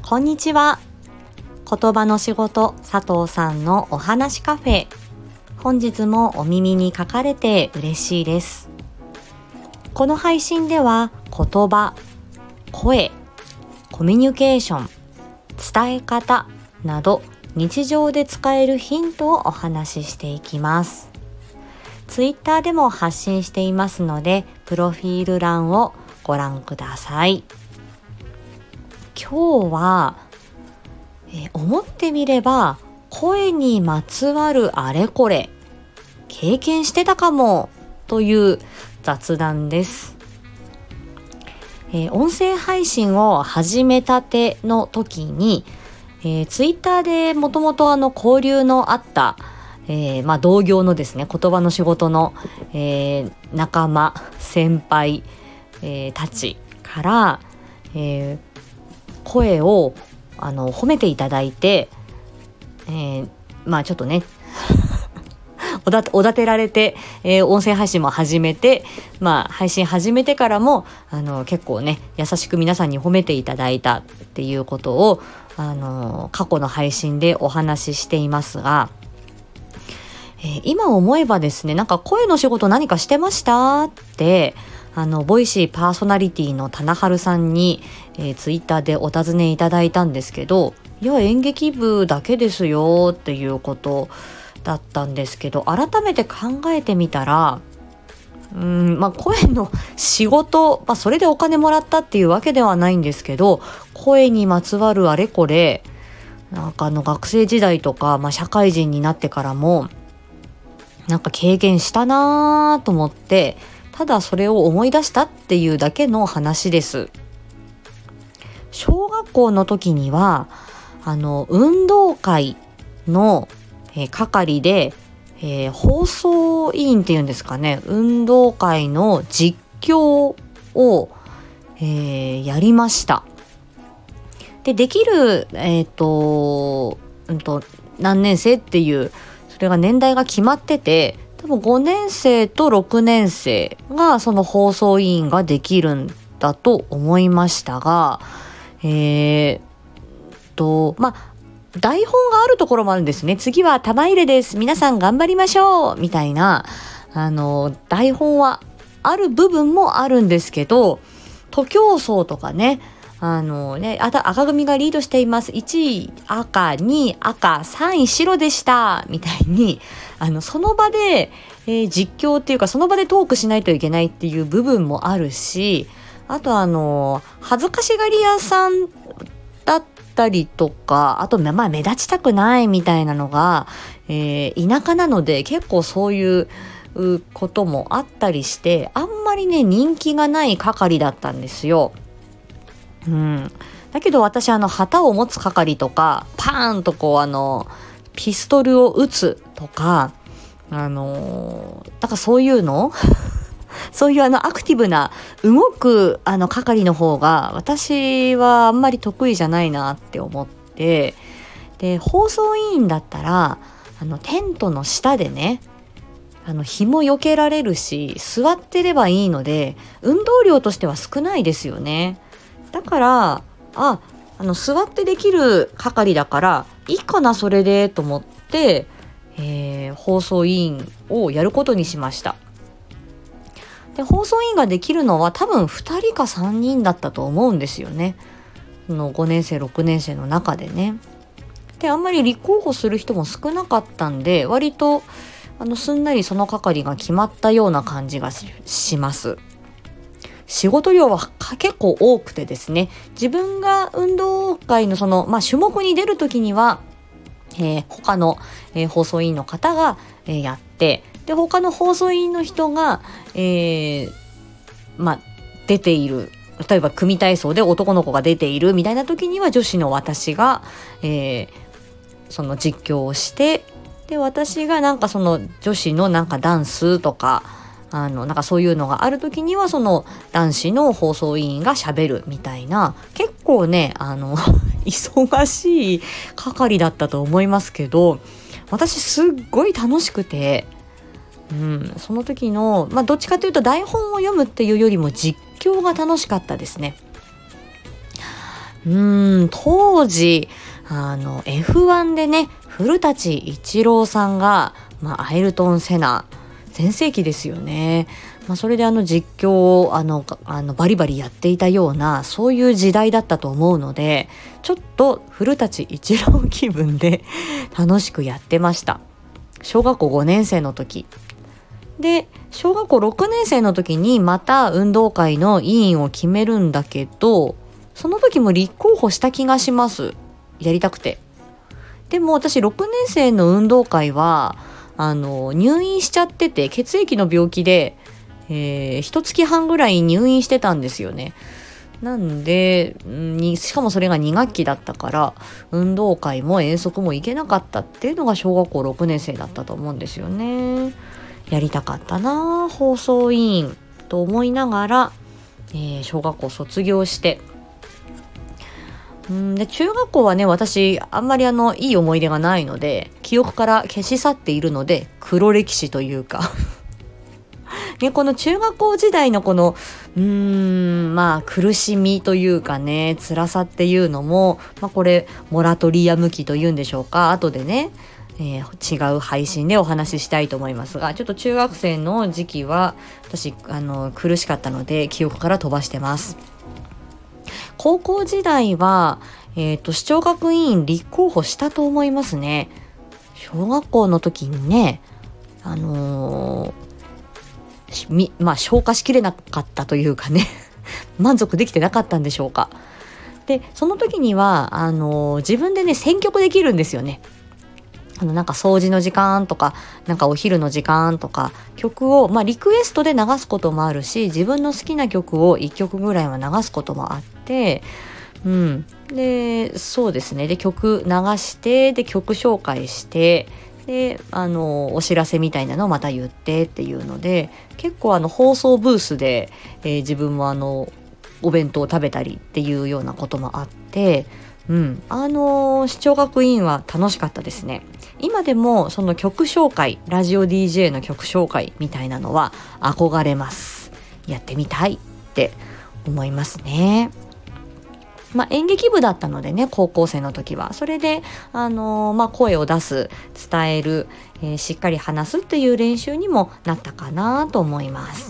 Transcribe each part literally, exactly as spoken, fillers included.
こんにちは。言葉の仕事佐藤さんのお話カフェ。本日もお耳に書かれて嬉しいです。この配信では言葉、声、コミュニケーション、伝え方など日常で使えるヒントをお話ししていきます。ツイッターでも発信していますので、プロフィール欄をご覧ください。今日は、えー、思ってみれば声にまつわるあれこれ経験してたかもという雑談です。えー、音声配信を始めたての時に、えー、ツイッターでもともとあの交流のあった、えーまあ、同業のですね言葉の仕事の、えー、仲間先輩、えー、たちから、えー、声をあの褒めていただいて、えー、まあちょっとねおだおだてられて、えー、音声配信も始めて、まあ配信始めてからもあの結構ね優しく皆さんに褒めていただいたっていうことをあの過去の配信でお話ししていますが、えー、今思えばですね、なんか声の仕事何かしてましたってあのボイシーパーソナリティの棚春さんに、えー、ツイッターでお尋ねいただいたんですけど、いや演劇部だけですよっていうことだったんですけど、改めて考えてみたらうーん、まあ、声の仕事、まあ、それでお金もらったっていうわけではないんですけど、声にまつわるあれこれなんかあの学生時代とか、まあ、社会人になってからもなんか経験したなと思って、ただそれを思い出したっていうだけの話です。小学校の時にはあの運動会の、えー、係で、えー、放送委員っていうんですかね、運動会の実況を、えー、やりました。でできる、えーとうんと、何年生っていうそれが年代が決まってて、多分ごねん生とろくねん生がその放送委員ができるんだと思いましたが、えーとまあ台本があるところもあるんですね。次は玉入れです、皆さん頑張りましょうみたいなあの台本はある部分もあるんですけど、徒競走とかね、あのね赤組がリードしています、いちい赤、にい赤、さんい白でしたみたいにあのその場で、えー、実況っていうかその場でトークしないといけないっていう部分もあるし、あとあの恥ずかしがり屋さんだったりとか、あと、まあ、目立ちたくないみたいなのが、えー、田舎なので結構そういうこともあったりして、あんまりね人気がない係だったんですよ。うん、だけど私あの旗を持つ係とかパーンとこうあのピストルを撃つとかあのー、だからそういうのそういうあのアクティブな動くあの係の方が私はあんまり得意じゃないなって思って、で放送委員だったらあのテントの下でねあの日も避けられるし座ってればいいので運動量としては少ないですよね。だからああの座ってできる係だからいいかなそれでと思って、えー、放送委員をやることにしました。で放送委員ができるのは多分ふたりかさんにんだったと思うんですよね。そのごねん生ろくねん生の中でね。であんまり立候補する人も少なかったんで、割とあのすんなりその係が決まったような感じが し, します仕事量は結構多くてですね、自分が運動会のその、まあ、種目に出るときには、えー、他の、えー、放送委員の方が、えー、やって、で他の放送委員の人が、えーまあ、出ている、例えば組体操で男の子が出ているみたいな時には女子の私が、えー、その実況をして、で私がなんかその女子のなんかダンスとかあのなんかそういうのがある時にはその男子の放送委員が喋るみたいな、結構ねあの忙しい係だったと思いますけど、私すっごい楽しくて、うん、その時の、まあ、どっちかというと台本を読むっていうよりも実況が楽しかったですね。うーん、当時、あの、エフワン でね、古舘一郎さんが、まあ、アイルトン・セナ、全盛期ですよね。まあ、それであの実況をあのあのバリバリやっていたような、そういう時代だったと思うので、ちょっと古舘一郎気分で楽しくやってました。小学校ごねん生の時で、小学校ろくねん生の時にまた運動会の委員を決めるんだけど、その時も立候補した気がします。やりたくて。でも私ろくねん生の運動会はあの入院しちゃってて、血液の病気でえー、一月半ぐらい入院してたんですよね。なんでにしかもそれがに学期だったから、運動会も遠足も行けなかったっていうのが小学校ろくねん生だったと思うんですよね。やりたかったな、放送委員と思いながら、えー、小学校卒業して、んで中学校はね、私あんまりあのいい思い出がないので、記憶から消し去っているので、黒歴史というかね、この中学校時代のこのうーんまあ苦しみというかね、辛さっていうのも、まあ、これモラトリアム期というんでしょうか、後でね、えー、違う配信でお話ししたいと思いますが、ちょっと中学生の時期は私あの苦しかったので記憶から飛ばしてます。高校時代は、えーと、視聴学委員立候補したと思いますね。小学校の時にね、あのーみまあ消化しきれなかったというかね満足できてなかったんでしょうか。でその時にはあの自分でね選曲できるんですよね。あのなんか掃除の時間とか、なんかお昼の時間とか、曲を、まあ、リクエストで流すこともあるし、自分の好きな曲をいっきょくぐらいは流すこともあって、うん、でそうですね、で曲流して、で曲紹介して、であのお知らせみたいなのをまた言ってっていうので、結構あの放送ブースで、えー、自分もあのお弁当を食べたりっていうようなこともあって、うん、あの視聴学委員は楽しかったですね。今でもその曲紹介、ラジオ ディージェー の曲紹介みたいなのは憧れます。やってみたいって思いますね。まあ、演劇部だったのでね、高校生の時はそれで、あのーまあ、声を出す、伝える、えー、しっかり話すっていう練習にもなったかなと思います。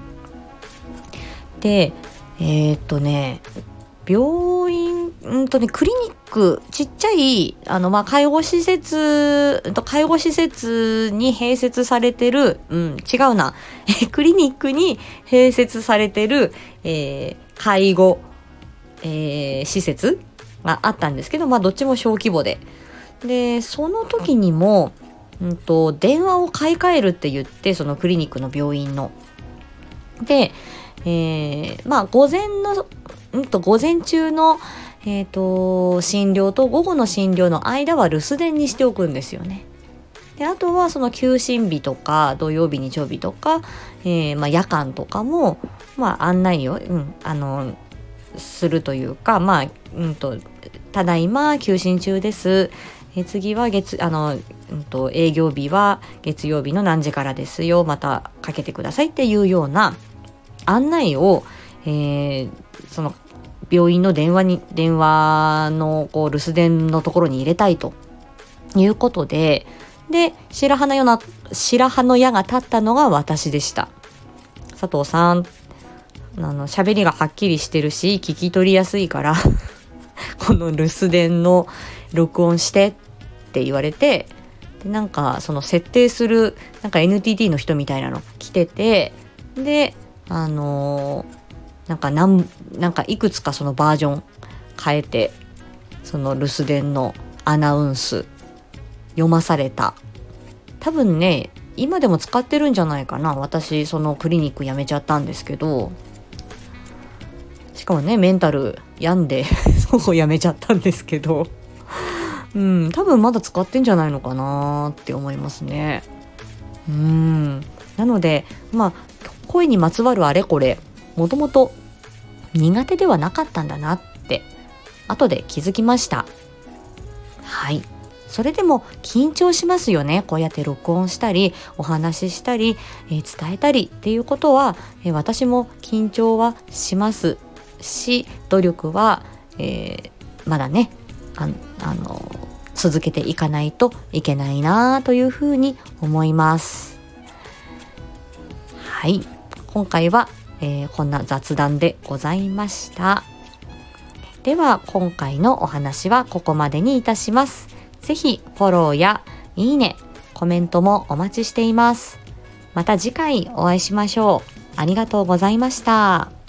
でえー、っとね病院うんとねクリニック、ちっちゃいあの、まあ、介護施設介護施設に併設されてる、うん、違うなクリニックに併設されてる、えー、介護えー、施設があったんですけど、まあどっちも小規模で、でその時にも、うんと、電話を買い替えるって言って、そのクリニックの病院ので、えー、まあ午前の、うんと午前中のえーと診療と午後の診療の間は留守電にしておくんですよね。であとはその休診日とか土曜日日曜日とか、えーまあ、夜間とかも、まあ、案内を、うん、あのするというか、まあ、うんと、ただいま休診中です。え次は月、あの、うんと、営業日は月曜日の何時からですよ。またかけてくださいっていうような案内を、えー、その病院の電話に、電話のこう留守電のところに入れたいということで、で、白羽の矢な、白羽の矢が立ったのが私でした。佐藤さん、あの喋りがはっきりしてるし聞き取りやすいからこの留守電の録音してって言われて、でなんかその設定するなんか エヌティーティー の人みたいなの来てて、であのー、なんかなんなんかいくつかそのバージョン変えて、その留守電のアナウンス読まされた。多分ね今でも使ってるんじゃないかな。私そのクリニック辞めちゃったんですけど、しかもねメンタル病んでそうやめちゃったんですけど、うん多分まだ使ってんじゃないのかなって思いますね。うんなのでまあ声にまつわるあれこれもともと苦手ではなかったんだなって後で気づきました。はい、それでも緊張しますよね。こうやって録音したりお話ししたり、えー、伝えたりっていうことは、えー、私も緊張はしますし、努力はえー、まだねあ、あの続けていかないといけないなというふうに思います。はい、今回は、えー、こんな雑談でございました。では今回のお話はここまでにいたします。ぜひフォローやいいね、コメントもお待ちしています。また次回お会いしましょう。ありがとうございました。